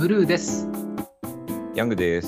ブルーです。 ヤングです。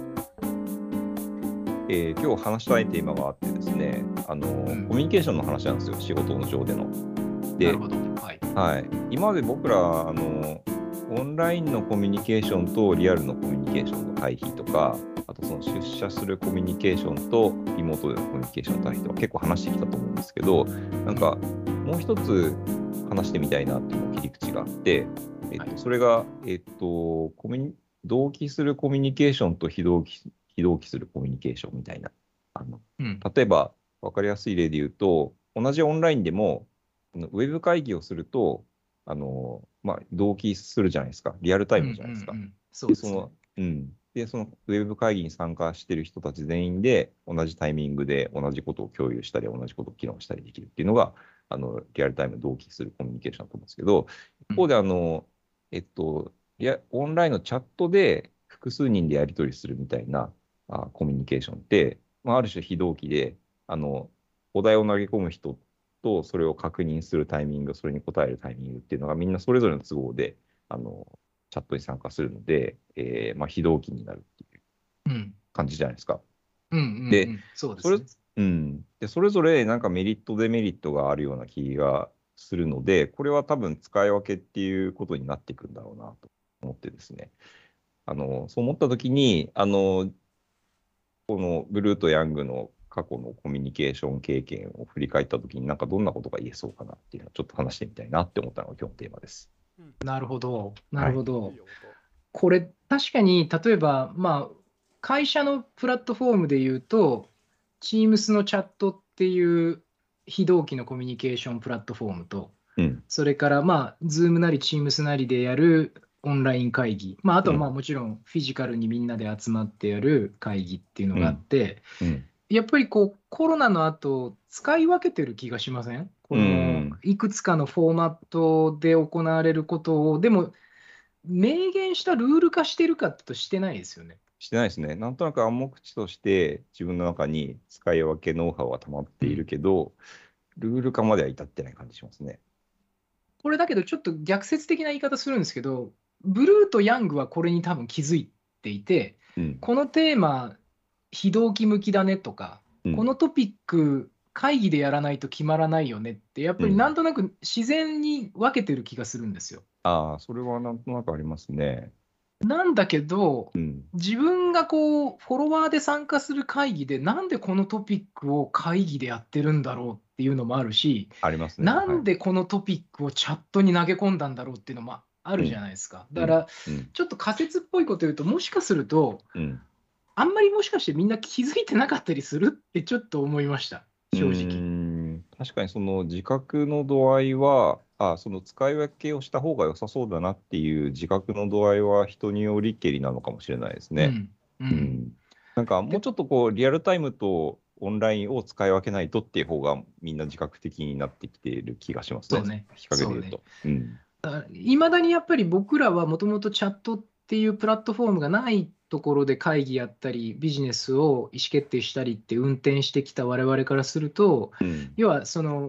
今日話したいテーマがあってですね、コミュニケーションの話なんですよ、仕事の上での。 なで、 るほど。はい。 今まで僕らオンラインのコミュニケーションとリアルのコミュニケーションの対比とか、あとその出社するコミュニケーションとリモートでのコミュニケーションの対比とか結構話してきたと思うんですけど、なんかもう一つ話してみたいなっていう切り口があって、それが、同期するコミュニケーションと非同期するコミュニケーションみたいな。例えば、分かりやすい例で言うと、同じオンラインでも、ウェブ会議をすると、同期するじゃないですか。リアルタイムじゃないですか。 そうですね。 で、そのウェブ会議に参加している人たち全員で、同じタイミングで同じことを共有したり、同じことを議論したりできるっていうのが、リアルタイム同期するコミュニケーションだと思うんですけど、一方で、オンラインのチャットで複数人でやり取りするみたいなコミュニケーションって、ある種非同期で、お題を投げ込む人とそれを確認するタイミング、それに答えるタイミングっていうのがみんなそれぞれの都合で、チャットに参加するので、非同期になるっていう感じじゃないですか。で、 そうですね。 それぞれなんかメリット、デメリットがあるような気がするので、これは多分使い分けっていうことになっていくんだろうなと思ってですね。そう思ったときに、このブルーとヤングの過去のコミュニケーション経験を振り返ったときに、なんかどんなことが言えそうかなっていうのをちょっと話してみたいなって思ったのが今日のテーマです。 なるほど。 はい。 これ、確かに、例えば、会社のプラットフォームで言うと、Teams のチャットっていう非同期のコミュニケーションプラットフォームと、それから、Zoom なり Teams なりでやるオンライン会議、あとはもちろんフィジカルにみんなで集まってやる会議っていうのがあって、やっぱりコロナの後、使い分けてる気がしません？いくつかのフォーマットで行われることを、でも、明言したルール化してるかとしてないですよね。 してないですね。なんとなく暗黙知として自分の中に使い分けノウハウは溜まっているけど、ルール化までは至ってない感じしますね。 これだけど、ちょっと逆説的な言い方するんですけど、ブルーとヤングはこれに多分気づいていて、このテーマ、非同期向きだねとか、このトピック、会議でやらないと決まらないよねって、やっぱりなんとなく自然に分けてる気がするんですよ。 それはなんとなくありますね。 なんだけど、自分がフォロワーで参加する会議で、なんでこのトピックを会議でやってるんだろうっていうのもあるし、 ありますね。 なんでこのトピックをチャットに投げ込んだんだろうっていうのもあるじゃないですか。だから、ちょっと仮説っぽいこと言うと、もしかすると、あんまりもしかしてみんな気づいてなかったりするってちょっと思いました、正直。 確かにその自覚の度合いは、その使い分けをした方が良さそうだなっていう自覚の度合いは人によりけりなのかもしれないですね。なんかもうちょっとリアルタイムとオンラインを使い分けないとっていう方がみんな自覚的になってきている気がしますね。 そうね。 日陰で言うと。 いまだにやっぱり僕らはもともとチャットっていうプラットフォームがないところで会議やったりビジネスを意思決定したりって運転してきた我々からすると、要は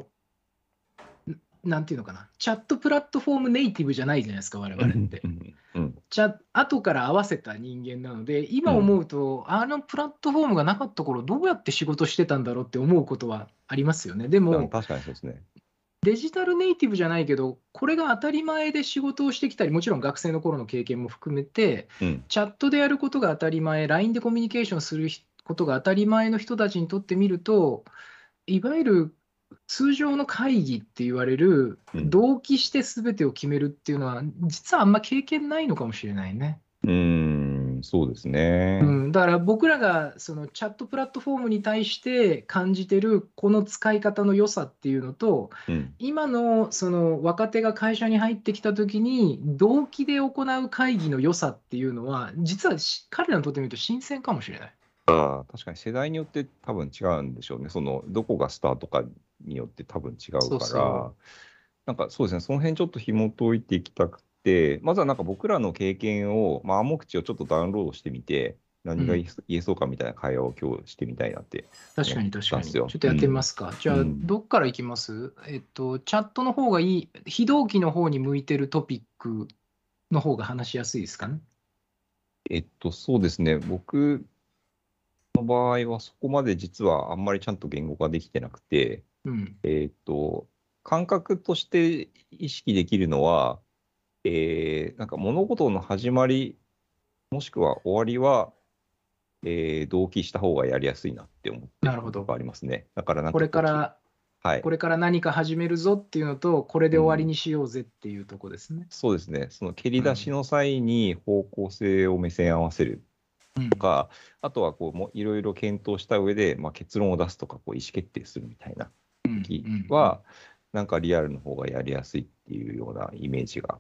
なんていうのかな、チャットプラットフォームネイティブじゃないじゃないですか、我々って。後から合わせた人間なので、今思うと、あのプラットフォームがなかった頃どうやって仕事してたんだろうって思うことはありますよね。でも、 確かにそうですね。 デジタルネイティブじゃないけど、これが当たり前で仕事をしてきたり、もちろん学生の頃の経験も含めて、チャットでやることが当たり前、LINE でコミュニケーションすることが当たり前の人たちにとってみると、いわゆる通常の会議って言われる、同期して全てを決めるっていうのは、実はあんま経験ないのかもしれないね。 そうですね。 だから僕らがそのチャットプラットフォームに対して感じてるこの使い方の良さっていうのと、今のその若手が会社に入ってきたときに同期で行う会議の良さっていうのは、実は彼らにとってみると新鮮かもしれない。 確かに世代によって多分違うんでしょうね。どこがスタートかによって多分違うから、なんかそうですね、その辺ちょっと紐解いていきたくて、まずはなんか僕らの経験を、暗黙知をちょっとダウンロードしてみて、何が言えそうかみたいな会話を今日してみたいなって確かに思ったんですよ。 ちょっとやってみますか。じゃあ、どっからいきます？チャットの方がいい、非同期の方に向いてるトピックの方が話しやすいですかね。 そうですね。僕の場合はそこまで実はあんまりちゃんと言語化できてなくて、 うん。 感覚として意識できるのは、なんか物事の始まり、もしくは終わりは、同期した方がやりやすいなって思ってなるほど。 る感覚ありますね。だからなんこかこうれから、 はい。 これから何か始めるぞっていうのと、これで終わりうん。 にしようぜっていうとこですね。 そうですね。その蹴りうん。 出しの際に方向性を目線合わせるうん。 とか、あとはこうもういろいろ検討した上で、まあ、結論を出すとか、こう意思決定するみたいなうん。う時ん。 は、なんかリアルの方がやりやすいっていうようなイメージがあって、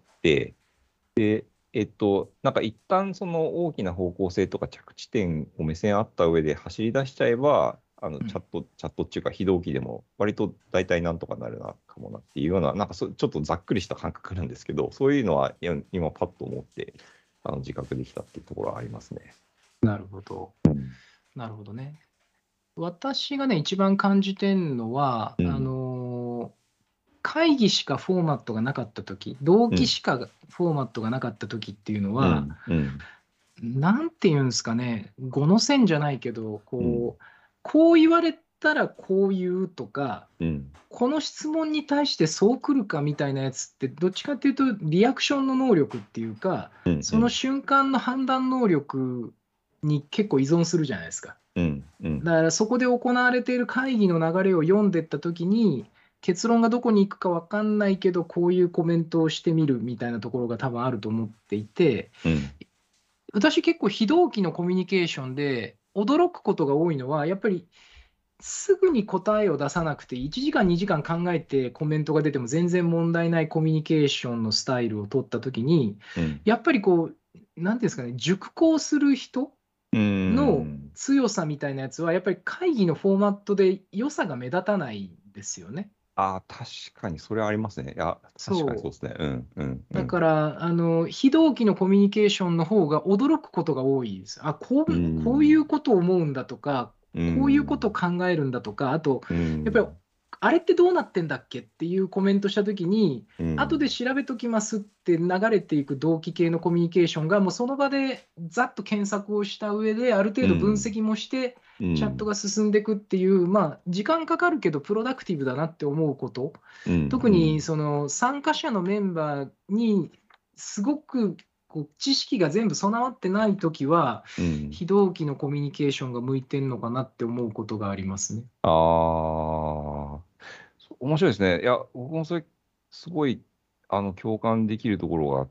なんか一旦その大きな方向性とか着地点を目線あった上で走り出しちゃえば、 うん。 チャットっていうか非同期でも割と大体なんとかなるなかもなっていうような、なんかちょっとざっくりした感覚なんですけど、そういうのは今パッと思って自覚できたっていうところはありますね。 なるほど。なるほどね。私がね、一番感じてるのは、 うん。 会議しかフォーマットがなかったとき、同うん。 期しかフォーマットがなかったときっていうのは、 うん。うん。 なんていうんですかね、語の線じゃないけど、 うん。 こう言われたらこう言うとか、 うん。 この質問に対してそう来るかみたいなやつって、どっちかっていうと、リアクションの能力っていうか、 うん。 その瞬間の判断能力に結構依存するじゃないですか。 うん。うん。 だからそこで行われている会議の流れを読んでいったときに、結論がどこに行くか分かんないけど、こういうコメントをしてみるみたいなところが多分あると思っていて、 うん。 私結構非同期のコミュニケーションで驚くことが多いのは、やっぱりすぐに答えを出さなくて、1時間、2時間考えてコメントが出ても全然問題ないコミュニケーションのスタイルを取ったときに、 うん。 やっぱりこう、なんていうんですかね、熟考する人うのん。 強さみたいなやつは、やっぱり会議のフォーマットで良さが目立たないんですよね。 ああ、確かにそれありますね。いや、確かにそうそう。 ですね。うん。うん。うだん。 から、非同期のコミュニケーションの方が驚くことが多いです。あ、 うこういうん。 ことを思うんだとか、 うこういうことをん。 考えるんだとか、あと、 うやっぱり、 ん。 あれってどうなってんだっけっていうコメントしたときに、 うん。 後で調べときますって流れていく同期系のコミュニケーションが、もうその場でざっと検索をした上で、ある程度分うん。 析もして、チャットうん。 が進んでいくっていう、まあ、時間かかるけど、プロダクティブだなって思うこと、 うん。 特にその参加者のメンバーにすごくこう知識が全部備わってないときは、 うん。 非同期のコミュニケーションが向いてるのかなって思うことがありますね。 ああ、面白いですね。いや、僕もそれ、すごい、共感できるところがあって、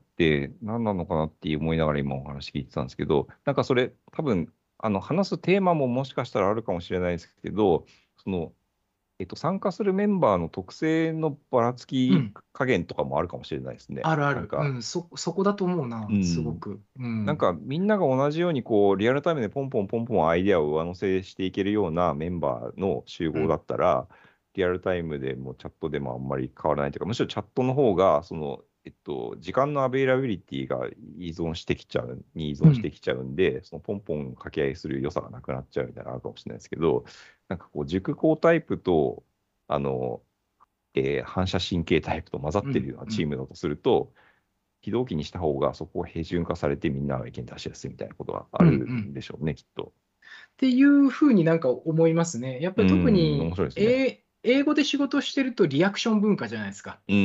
何なのかなって思いながら今お話聞いてたんですけど、なんかそれ、多分、話すテーマももしかしたらあるかもしれないですけど、その、参加するメンバーの特性のばらつきうん、 加減とかもあるかもしれないですね。 あるある。うなんか、 ん、そこだと思ううな、すごん。 く。うん、 なんかみんなが同じようにこうリアルタイムでポンポンポンポンアイデアを上乗せしていけるようなメンバーの集合だうん、 ったら、リアルタイムでもチャットでもあんまり変わらないというか、むしろチャットの方が、時間のアベイラビリティが依うん、 存してきちゃうんで、そのポンポン掛け合いする良さがなくなっちゃうみたいなのあるかもしれないですけど、なんかこう、熟考タイプと、あの、反射神経タイプと混ざってるうん、 ようなうん、 チームだとすると、非同期にした方がそこを平準化されてみんなが意見出しやすいみたいなことがあうん、うるんん。 でしょうね、きっと。 っていうふうになんか思いますね。やっぱうり特ん、面に、 白いですね。 英語で仕事してるとリアクション文化じゃないですか。 うん、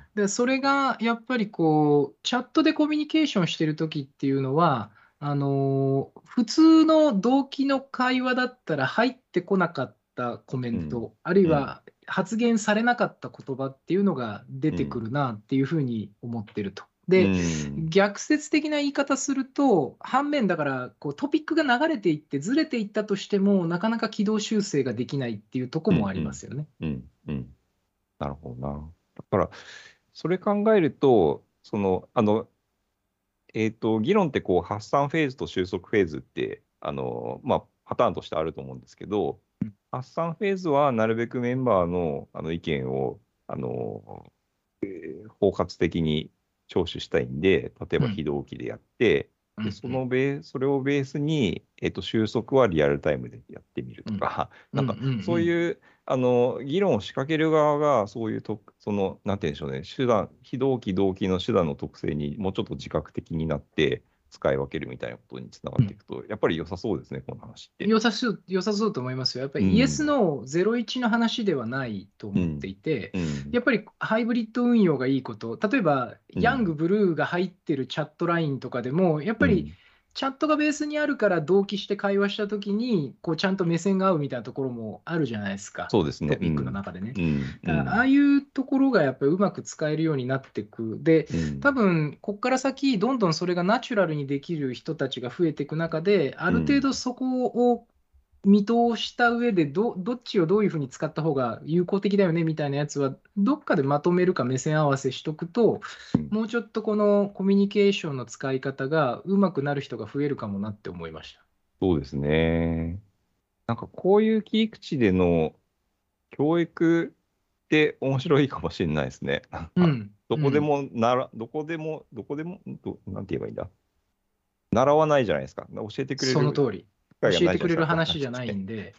で、それがやっぱりこう、チャットでコミュニケーションしてるときっていうのは、普通の同期の会話だったら入ってこなかったコメうん、 ント、あるいうん、 は発言されなかった言葉っていうのが出てくうん、 るなっていうふうに思ってると。 うで、 ん、 逆説的な言い方すると、反面だからこうトピックが流れていってずれていったとしても、なかなか軌道修正ができないっていうとこうん、 ろもありうん、 ますよね。 うん、うん。なるほどな。だから、それ考えると、議論ってこう発散フェーズと収束フェーズって、まあ、パターンとしてあると思うんですけど、発散フェーズはなるべくメンバーの、意見を、包括的に聴取したいんで、例えば非うん、 同期でやって、 でそれをベースに、収束はリアルタイムでやってみるとか、なんかそういう議論を仕掛ける側が、そういうなんて言うんでしょうね、非同期同期の手段の特性にもうちょっと自覚的になって、使い分けるみたいなことにつながっていくと、やっぱり良さそうですね、この話って。 良さそうと思いますよ。やっぱりイエスの01の話ではないと思っていて、やっぱりハイブリッド運用がいいこと、例えば、ヤング、ブルーが入ってるチャットラインとかでも、やっぱりチャットがベースにあるから同期して会話したときに、こうちゃんと目線が合うみたいなところもあるじゃないですか、 そうですね、 トピックの中でね。だからああいうところがやっぱりうまく使えるようになっていく。で、多分ここから先、どんどんそれがナチュラルにできる人たちが増えていく中で、ある程度そこを見通した上でどっちをどういうふうに使った方が有効的だよねみたいなやつは、どっかでまとめるか目線合わせしとくと、もうちょっとこのコミュニケーションの使い方がうまくなる人が増えるかもなって思いました。 そうですね。なんかこういう切り口での教育って面白いかもしれないですね。どこでも、なんて言えばいいんだ。習わないじゃないですか。教えてくれる。 その通り。教えてくれる話じゃないんで、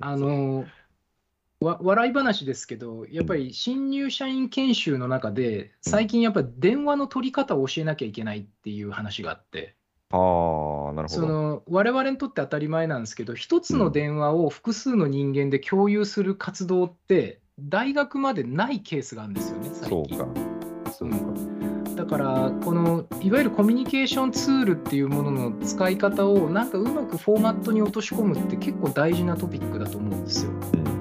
笑い話ですけど、やっぱり新入社員研修の中で、最近やっぱり電話の取り方を教えなきゃいけないっていう話があって、 なるほど。 我々にとって当たり前なんですけど、一つの電話を複数の人間で共有する活動って、大学までないケースがあるんですよね、最近。 そうか。 だから、いわゆるコミュニケーションツールっていうものの使い方を、なんかうまくフォーマットに落とし込むって結構大事なトピックだと思うんですよ。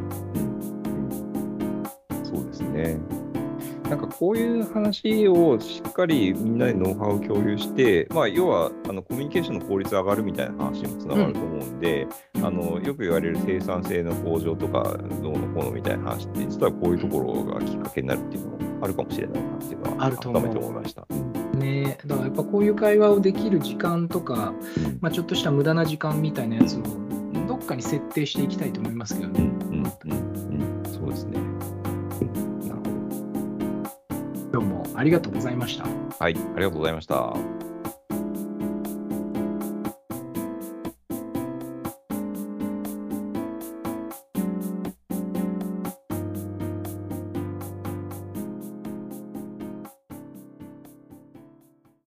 そうですね。なんかこういう話をしっかりみんなでノウハウを共有して、要はコミュニケーションの効率上がるみたいな話にもつながると思うんで、よく言われる生産性の向上とかどうのこうのみたいな話って、実はこういうところがきっかけになるっていうのもあるかもしれないなっていうのは改めて思いました。 ね、だからやっぱこういう会話をできる時間とか、ちょっとした無駄な時間みたいなやつをどっかに設定していきたいと思いますけどね。 そうですね。 どうもありがとうございました。 はい、ありがとうございました。